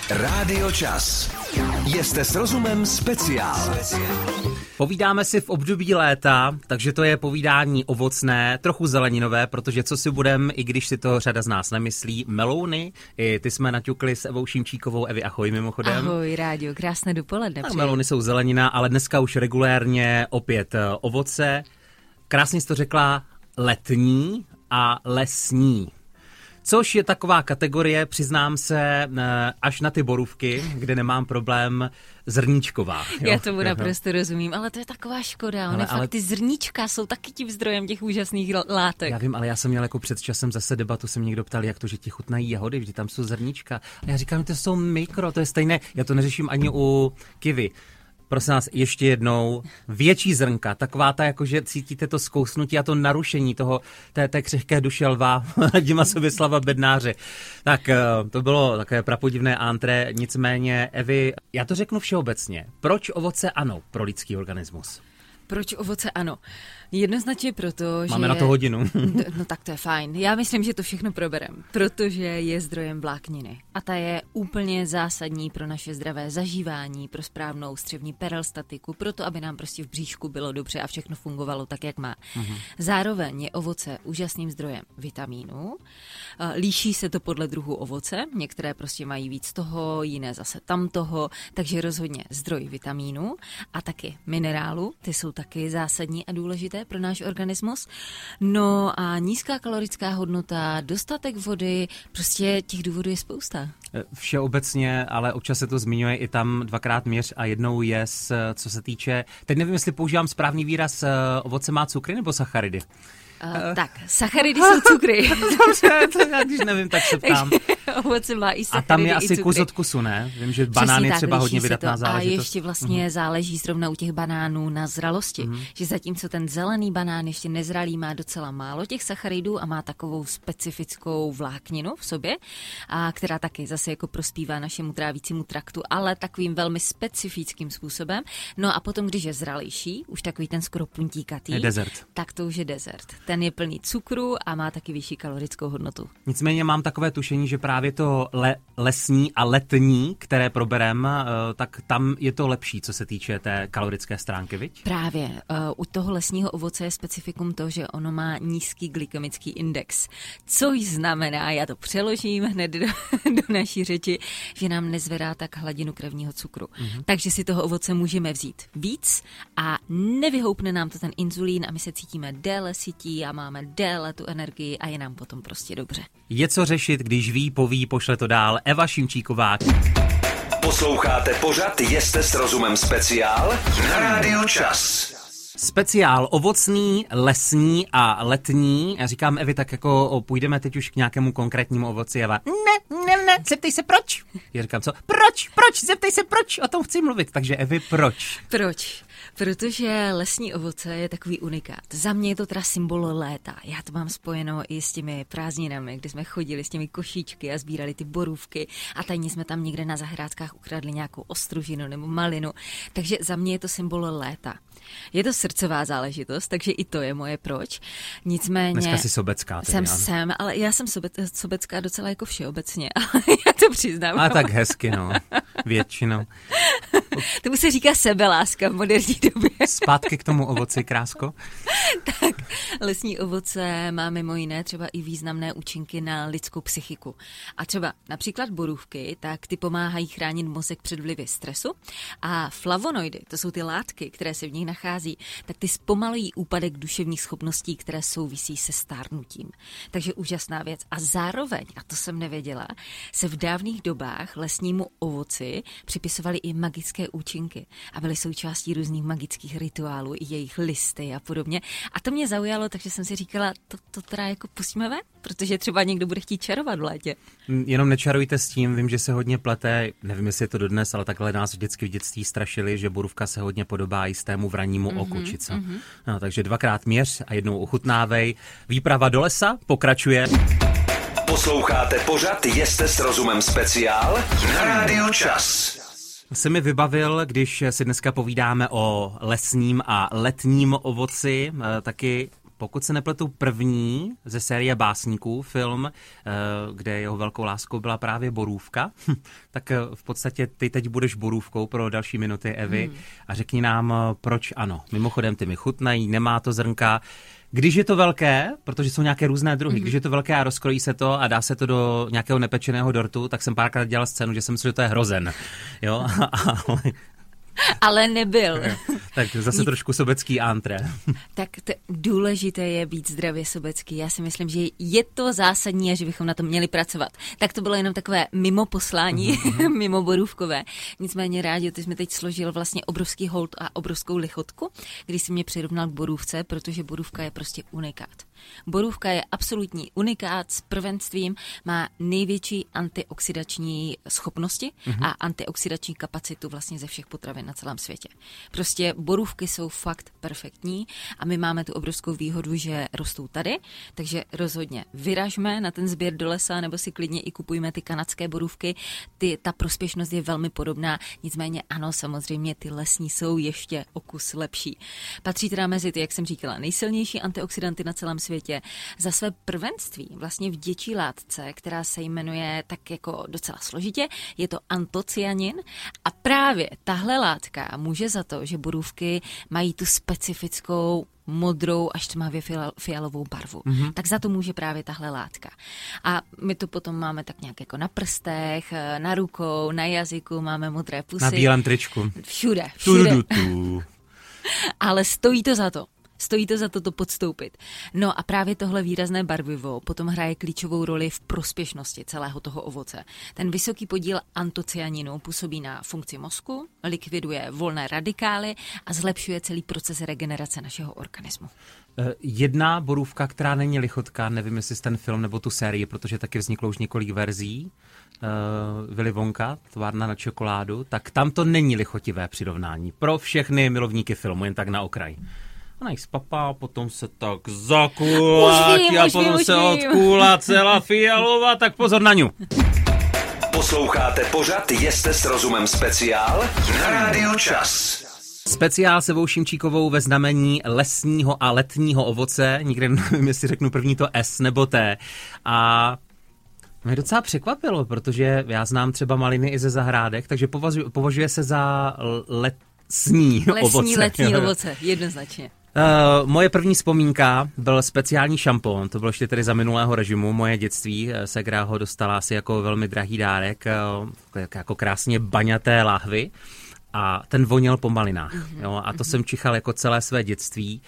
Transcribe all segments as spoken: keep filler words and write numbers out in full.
Rádio Čas. Jste s rozumem speciál. Povídáme si v období léta, takže to je povídání ovocné, trochu zeleninové, protože co si budem, i když si to řada z nás nemyslí, melouny, i ty jsme naťukli s Evou Šimčíkovou. Evi, ahoj mimochodem. Ahoj, Rádio, krásné dopoledne. A melouny jsou zelenina, ale dneska už regulérně opět ovoce. Krásně jsi to řekla, letní a lesní. Což je taková kategorie, přiznám se, až na ty borůvky, kde nemám problém, zrníčková. Jo? Já tomu naprosto rozumím, ale to je taková škoda. Ale, ale... fakt ty zrníčka jsou taky tím zdrojem těch úžasných látek. Já vím, ale já jsem měl jako před časem zase debatu, se mě někdo ptal, jak to, že ti chutnají jahody, vždy tam jsou zrníčka. A já říkám, to jsou mikro, to je stejné, já to neřeším ani u kivy. Prosím vás, ještě jednou, větší zrnka, taková ta, jakože cítíte to zkousnutí a to narušení toho, té, té křehké duše lva, Dima Soběslava Bednáře. Tak to bylo takové prapodivné antré, nicméně, Evi, já to řeknu všeobecně. Proč ovoce ano pro lidský organismus? Proč ovoce ano? Jednoznačně proto, že... Máme na to hodinu. No tak to je fajn. Já myslím, že to všechno proberem, protože je zdrojem vlákniny. A ta je úplně zásadní pro naše zdravé zažívání, pro správnou střevní peristaltiku, pro to, aby nám prostě v bříšku bylo dobře a všechno fungovalo tak, jak má. Mhm. Zároveň je ovoce úžasným zdrojem vitamínů. Líší se to podle druhu ovoce. Některé prostě mají víc toho, jiné zase tamtoho, takže rozhodně zdroj vitamínů a taky minerálu. Ty jsou taky zásadní a důležité pro náš organismus. No a nízká kalorická hodnota, dostatek vody, prostě těch důvodů je spousta. Všeobecně, ale občas se to zmiňuje i tam dvakrát měř a jednou jest, co se týče, teď nevím, jestli používám správný výraz, ovoce má cukry nebo sacharidy? Uh, tak, sacharidy jsou cukry. Dobře, to já když nevím, tak se ptám. Ovoce má i sacharidy. A tam je asi kus od kusu, ne? Vím, že banán je třeba hodně vydatná záležitost. A ještě vlastně uh-huh. záleží zrovna u těch banánů na zralosti. Uh-huh. Že zatímco ten zelený banán ještě nezralý má docela málo těch sacharidů a má takovou specifickou vlákninu v sobě, a která taky zase jako prospívá našemu trávícímu traktu, ale takovým velmi specifickým způsobem. No a potom, když je zralejší, už takový ten skoro puntíkatý, dezert. Tak to už je dezert. Ten je plný cukru a má taky vyšší kalorickou hodnotu. Nicméně mám takové tušení, že právě to le, lesní a letní, které proberem, tak tam je to lepší, co se týče té kalorické stránky, viď? Právě. Uh, u toho lesního ovoce je specifikum to, že ono má nízký glykemický index. Což znamená, já to přeložím hned do, do naší řeči, že nám nezvedá tak hladinu krevního cukru. Mm-hmm. Takže si toho ovoce můžeme vzít víc a nevyhoupne nám to ten inzulín a my se cítíme déle sytí a máme déle tu energii a je nám potom prostě dobře. Je co řešit, když ví, poví, pošle to dál. Eva Šimčíková. Posloucháte pořad Jste s rozumem speciál na Rádiu Čas. Speciál ovocný, lesní a letní. Já říkám Evi, tak jako půjdeme teď už k nějakému konkrétnímu ovoci. Eva, ne, ne, ne, zeptej se proč. Já říkám co? Proč, proč, zeptej se proč, o tom chci mluvit. Takže Evi, proč? Proč? Protože lesní ovoce je takový unikát. Za mě je to teda symbol léta. Já to mám spojeno i s těmi prázdninami, kdy jsme chodili s těmi košíčky a sbírali ty borůvky a tajně jsme tam někde na zahrádkách ukradli nějakou ostružinu nebo malinu. Takže za mě je to symbol léta. Je to srdcová záležitost, takže i to je moje proč. Nicméně... Dneska jsi sobecká. Jsem, jsem, ale já jsem sobe, sobecká docela jako všeobecně, ale já to přiznám. A tak hezky, no. Většinou. Tomu se říká sebeláska v moderní době. Zpátky k tomu ovoci, krásko. Tak, lesní ovoce má mimo jiné třeba i významné účinky na lidskou psychiku. A třeba například borůvky, tak ty pomáhají chránit mozek před vlivy stresu a flavonoidy, to jsou ty látky, které se v nich nachází, tak ty zpomalují úpadek duševních schopností, které souvisí se stárnutím. Takže úžasná věc. A zároveň, a to jsem nevěděla, se v dávných dobách lesnímu ovoci připisovaly i magické účinky a byly součástí různých magických rituálů, i jejich listy a podobně. A to mě zaujalo, takže jsem si říkala, to, to teda jako pustíme ven, protože třeba někdo bude chtít čarovat v létě. Jenom nečarujte s tím, vím, že se hodně plete, nevím, jestli je to dodnes, ale takhle nás vždycky v dětství strašili, že borůvka se hodně podobá jistému vranímu mm-hmm, oku, či co. Mm-hmm. No, takže dvakrát měř a jednou ochutnávej. Výprava do lesa pokračuje. Posloucháte pořad Jste s rozumem speciál na Rádiu Čas. Se mi vybavil, když si dneska povídáme o lesním a letním ovoci, taky pokud se nepletu, první ze série básníků, film, kde jeho velkou láskou byla právě borůvka, tak v podstatě ty teď budeš borůvkou pro další minuty, Evy, hmm. a řekni nám, proč ano. Mimochodem, ty mi chutnají, nemá to zrnka. Když je to velké, protože jsou nějaké různé druhy, mm-hmm. když je to velké a rozkrojí se to a dá se to do nějakého nepečeného dortu, tak jsem párkrát dělal scénu, že jsem myslel, že to je hrozen. Jo? Ale... Ale nebyl. Tak zase Nic. Trošku sobecký antré. Tak t- důležité je být zdravě sobecký. Já si myslím, že je to zásadní a že bychom na tom měli pracovat. Tak to bylo jenom takové mimo poslání, mm-hmm. mimo borůvkové. Nicméně rádi, ty jsme teď složil vlastně obrovský hold a obrovskou lichotku, když si mě přirovnal k borůvce, protože borůvka je prostě unikát. Borůvka je absolutní unikát s prvenstvím, má největší antioxidační schopnosti mm-hmm. a antioxidační kapacitu vlastně ze všech potravin na celém světě. Prostě borůvky jsou fakt perfektní a my máme tu obrovskou výhodu, že rostou tady, takže rozhodně vyražme na ten sběr do lesa nebo si klidně i kupujme ty kanadské borůvky. Ty, ta prospěšnost je velmi podobná, nicméně ano, samozřejmě ty lesní jsou ještě o kus lepší. Patří teda mezi ty, jak jsem říkala, nejsilnější antioxidanty na celém světě. Za své prvenství vlastně v děčí látce, která se jmenuje tak jako docela složitě, je to antocianin a právě tahle látka může za to, že borůvky mají tu specifickou modrou až tmavě fialovou barvu. Mm-hmm. Tak za to může právě tahle látka. A my to potom máme tak nějak jako na prstech, na rukou, na jazyku, máme modré pusy. Na bílém tričku. Všude, všude. Tudududu. Ale stojí to za to. Stojí to za to to podstoupit. No a právě tohle výrazné barvivo potom hraje klíčovou roli v prospěšnosti celého toho ovoce. Ten vysoký podíl antocianinu působí na funkci mozku, likviduje volné radikály a zlepšuje celý proces regenerace našeho organismu. Jedna borůvka, která není lichotka, nevím, jestli ten film nebo tu sérii, protože taky vzniklo už několik verzí, uh, Willy Wonka, továrna na čokoládu, tak tam to není lichotivé přirovnání. Pro všechny milovníky filmu, jen tak na okraj. Ona jich spapá, potom se tak zakulátí a potom vím, se odkůlá celá fialová, tak pozor na ňu. Posloucháte pořad Jeste s rozumem speciál na Rádiu Čas. Speciál se Evou Šimčíkovou ve znamení lesního a letního ovoce. Nikdy nevím, jestli řeknu první to S nebo T. A mě docela překvapilo, protože já znám třeba maliny i ze zahrádek, takže považuje, považuje se za lesní, lesní ovoce. Lesní letní ovoce, jednoznačně. Uh, moje první vzpomínka byl speciální šampon, to bylo ještě tedy za minulého režimu, moje dětství, segra ho dostala asi jako velmi drahý dárek, uh, jako krásně baňaté lahvy a ten voněl po malinách, mm-hmm. jo, a to mm-hmm. jsem čichal jako celé své dětství.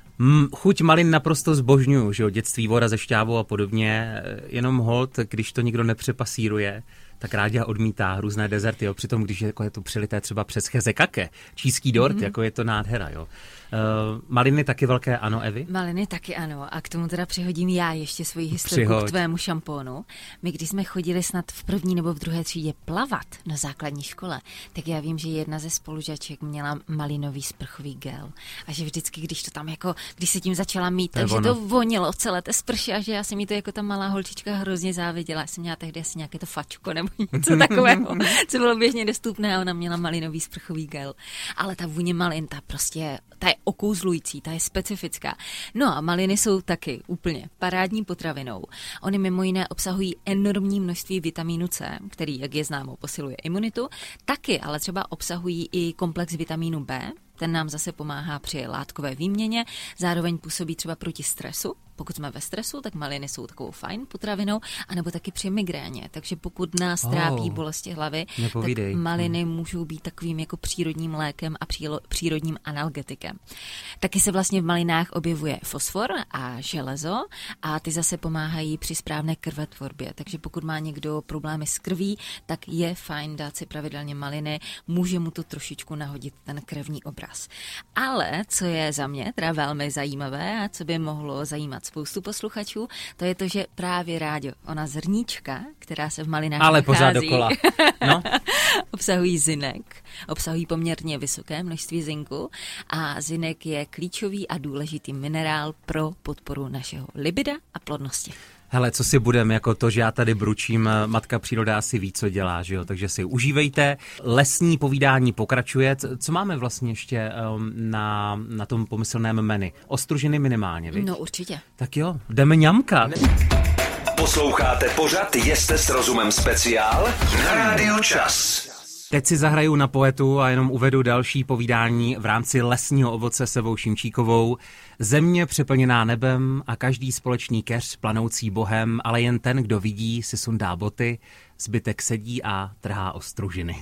M, chuť malin naprosto zbožňuju, že jo, dětství, voda ze šťávou a podobně, jenom holt, když to nikdo nepřepasíruje, tak rádi odmítá různé dezerty, jo, přitom když jako je to přilité třeba přes chezekake, číský dort, mm-hmm. jako je to nádhera, jo. Uh, maliny taky velké ano, Evi? Maliny taky ano a k tomu teda přihodím já ještě svoji historku k tvému šampónu. My když jsme chodili snad v první nebo v druhé třídě plavat na základní škole, tak já vím, že jedna ze spolužaček měla malinový sprchový gel a že vždycky, když to tam jako, když se tím začala mít, takže to vonilo celé té sprše a že já jsem jí to jako ta malá holčička hrozně záviděla. Já jsem měla tehdy asi nějaké to fačko nebo něco takového, co bylo běžně dostupné a ona měla malinový sprchový gel. Ale ta vůně malin, ta prostě, ta je okouzlující, ta je specifická. No a maliny jsou taky úplně parádní potravinou. Ony mimo jiné obsahují enormní množství vitamínu C, který, jak je známo, posiluje imunitu. Taky ale třeba obsahují i komplex vitamínu B, ten nám zase pomáhá při látkové výměně, zároveň působí třeba proti stresu. Pokud jsme ve stresu, tak maliny jsou takovou fajn potravinou, anebo taky při migréně. Takže pokud nás oh, trápí bolesti hlavy, nepovídej. Tak maliny hmm. můžou být takovým jako přírodním lékem a přírodním analgetikem. Taky se vlastně v malinách objevuje fosfor a železo a ty zase pomáhají při správné krvetvorbě. Takže pokud má někdo problémy s krví, tak je fajn dát si pravidelně maliny, může mu to trošičku nahodit ten krevní obraz. Ale co je za mě teda velmi zajímavé a co by mohlo zajímat spoustu posluchačů, to je to, že právě Ráďo, ona zrníčka, která se v malinách ale nachází, pořád dokola. No. obsahují zinek, obsahují poměrně vysoké množství zinku a zinek je klíčový a důležitý minerál pro podporu našeho libida a plodnosti. Hele, co si budem, jako to, že já tady bručím, matka příroda asi ví, co dělá, že jo, takže si užívejte. Lesní povídání pokračuje. Co máme vlastně ještě um, na, na tom pomyslném menu? Ostružiny minimálně, viď? No určitě. Tak jo, jdeme ňamkat. Posloucháte pořad Jeste s rozumem speciál na Rádiu Čas. Teď si zahraju na poetu a jenom uvedu další povídání v rámci Lesního ovoce s Evou Šimčíkovou. Země přeplněná nebem a každý společný keř planoucí bohem, ale jen ten, kdo vidí, si sundá boty, zbytek sedí a trhá ostružiny.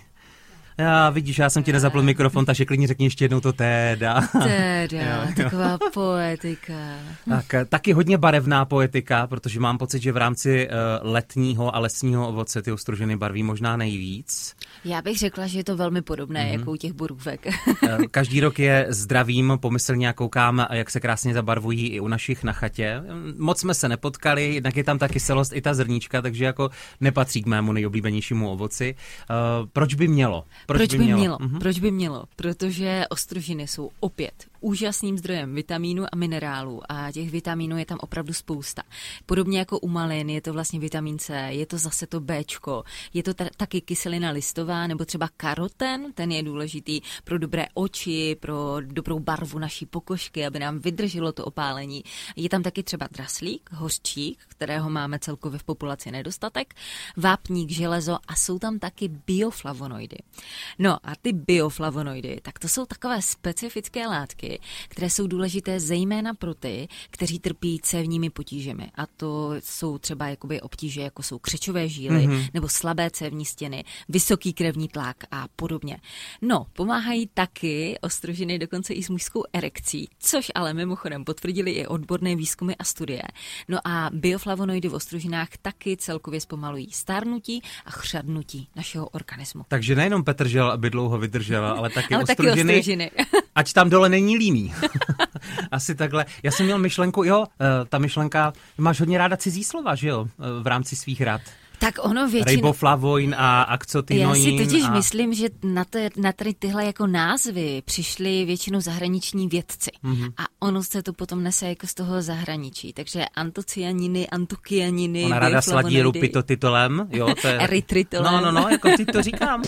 Já vidíš, já jsem ti nezapl mikrofon, takže klidně řekni ještě jednou to téda. Téda, jo, jo. Taková poetika. Tak, taky hodně barevná poetika, protože mám pocit, že v rámci uh, letního a lesního ovoce ty ostružiny barví možná nejvíc. Já bych řekla, že je to velmi podobné, mm-hmm. jako u těch borůvek. Každý rok je zdravím, pomyslně koukám, jak se krásně zabarvují i u našich na chatě. Moc jsme se nepotkali, jednak je tam ta kyselost i ta zrníčka, takže jako nepatří k mému nejoblíbenějšímu ovoci. Uh, proč by mělo? Proč, Proč by mělo? mělo? Mm-hmm. Proč by mělo? Protože ostružiny jsou opět úžasným zdrojem vitamínu a minerálů a těch vitamínů je tam opravdu spousta. Podobně jako u malin je to vlastně vitamin C, je to zase to Bčko, je to ta- taky kyselina listová nebo třeba karoten, ten je důležitý pro dobré oči, pro dobrou barvu naší pokožky, aby nám vydrželo to opálení. Je tam taky třeba draslík, hořčík, kterého máme celkově v populaci nedostatek, vápník, železo a jsou tam taky bioflavonoidy. No a ty bioflavonoidy, tak to jsou takové specifické látky, které jsou důležité zejména pro ty, kteří trpí cévními potížemi. A to jsou třeba jakoby obtíže, jako jsou křečové žíly, mm-hmm. nebo slabé cévní stěny, vysoký krevní tlak a podobně. No, pomáhají taky ostružiny dokonce i s mužskou erekcí, což ale mimochodem potvrdili i odborné výzkumy a studie. No a bioflavonoidy v ostružinách taky celkově zpomalují stárnutí a chřadnutí našeho organismu. Takže nejenom Petržel, aby dlouho vydržela, ale taky ale ostružiny. Taky ostružiny. Ať tam dole není líný. Asi takhle. Já jsem měl myšlenku, jo, ta myšlenka, máš hodně ráda cizí slova, že jo, v rámci svých rad. Tak ono většinou... Riboflavoin a akcotinoin. Já si totiž a... myslím, že na, te, na tady tyhle jako názvy přišli většinou zahraniční vědci. Mm-hmm. A ono se to potom nese jako z toho zahraničí. Takže antocianiny, antokianiny, ona ráda sladí rupitotitolem, jo, to je... erytritolem. No, no, no, jako ty to říkám.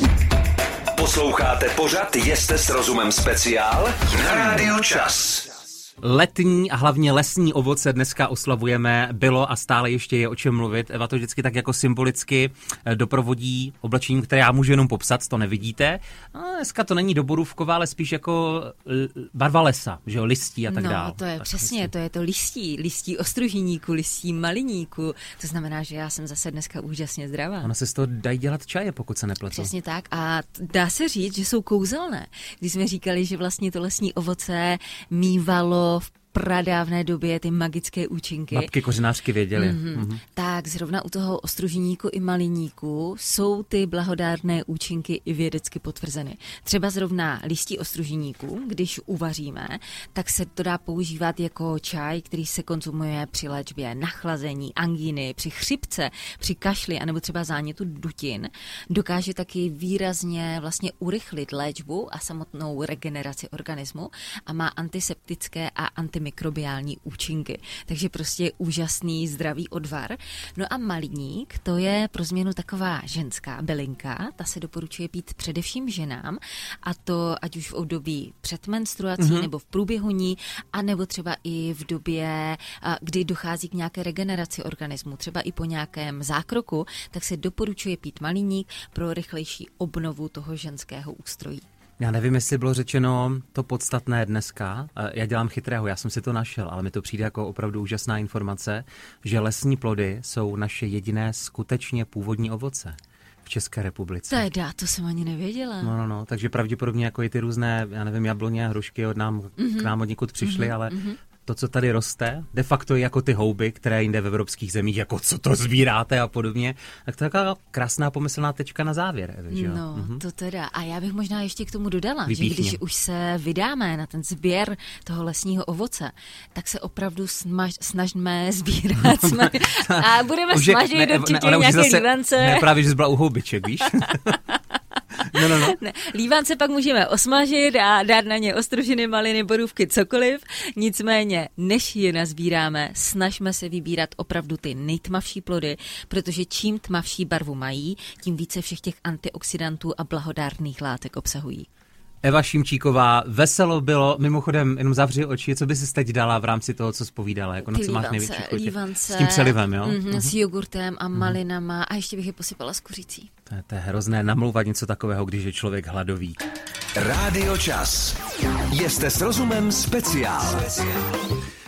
Posloucháte pořad Jeste s rozumem speciál na Rádiu Čas. Letní a hlavně lesní ovoce dneska oslavujeme, bylo a stále ještě je o čem mluvit. Eva to vždycky tak jako symbolicky doprovodí oblečením, které já můžu jenom popsat, to nevidíte. A dneska to není doborůvková, ale spíš jako barva lesa, že jo, listí a tak no, dále. No to je tak přesně, myslím. to je to listí, listí ostružiníku, listí maliníku. To znamená, že já jsem zase dneska úžasně zdravá. Ona se z toho dají dělat čaje, pokud se nepletu. Přesně tak a dá se říct, že jsou kouzelné. Když jsme říkali, že vlastně to lesní ovoce mívalo v pradávné době ty magické účinky. Babky kořenářky věděly. Mm-hmm. Mm-hmm. Tak zrovna u toho ostružiníku i maliníku jsou ty blahodárné účinky i vědecky potvrzeny. Třeba zrovna listí ostružiníku, když uvaříme, tak se to dá používat jako čaj, který se konzumuje při léčbě nachlazení, angíny, při chřipce, při kašli anebo třeba zánětu dutin. Dokáže taky výrazně vlastně urychlit léčbu a samotnou regeneraci organismu a má antiseptické a antimikrobiální mikrobiální účinky. Takže prostě úžasný zdravý odvar. No a maliník, to je pro změnu taková ženská bylinka, ta se doporučuje pít především ženám a to ať už v období před menstruací mm-hmm. nebo v průběhu ní, a nebo třeba i v době, kdy dochází k nějaké regeneraci organismu, třeba i po nějakém zákroku, tak se doporučuje pít maliník pro rychlejší obnovu toho ženského ústrojí. Já nevím, jestli bylo řečeno to podstatné dneska. Já dělám chytrého, já jsem si to našel, ale mi to přijde jako opravdu úžasná informace, že lesní plody jsou naše jediné skutečně původní ovoce v České republice. Teda, to jsem ani nevěděla. No, no, no, takže pravděpodobně jako i ty různé, já nevím, jabloně a hrušky od nám, mm-hmm. k nám od někud přišly, mm-hmm. ale mm-hmm. to, co tady roste, de facto je jako ty houby, které jinde v evropských zemích, jako co to sbíráte a podobně. Tak to je taková krásná pomyslná tečka na závěr, Evi, že jo? No, mhm. to teda. A já bych možná ještě k tomu dodala, Vypíchni. že když už se vydáme na ten sběr toho lesního ovoce, tak tak se opravdu snaž, snažíme sbírat. Jsme, a budeme smažit určitě ne, nějaké zase, divance. Ne, právě, že jsi byla u houbiček, víš? No, no, no. Ne, lívance pak můžeme osmažit a dát na ně ostružiny, maliny, borůvky, cokoliv. Nicméně, než je nazbíráme, snažme se vybírat opravdu ty nejtmavší plody, protože čím tmavší barvu mají, tím více všech těch antioxidantů a blahodárných látek obsahují. Eva Šimčíková, veselo bylo, mimochodem, jenom zavři oči, co by si teď dala v rámci toho, co zpovídala, jako na co máš největší chutě? Lívance, s tím přelivem, jo? Mm-hmm, Mm-hmm. S jogurtem a malinama a ještě bych je posypala s kuřicí. To je, to je hrozné namlouvat něco takového, když je člověk hladový. Rádio Čas. Jste s rozumem speciál.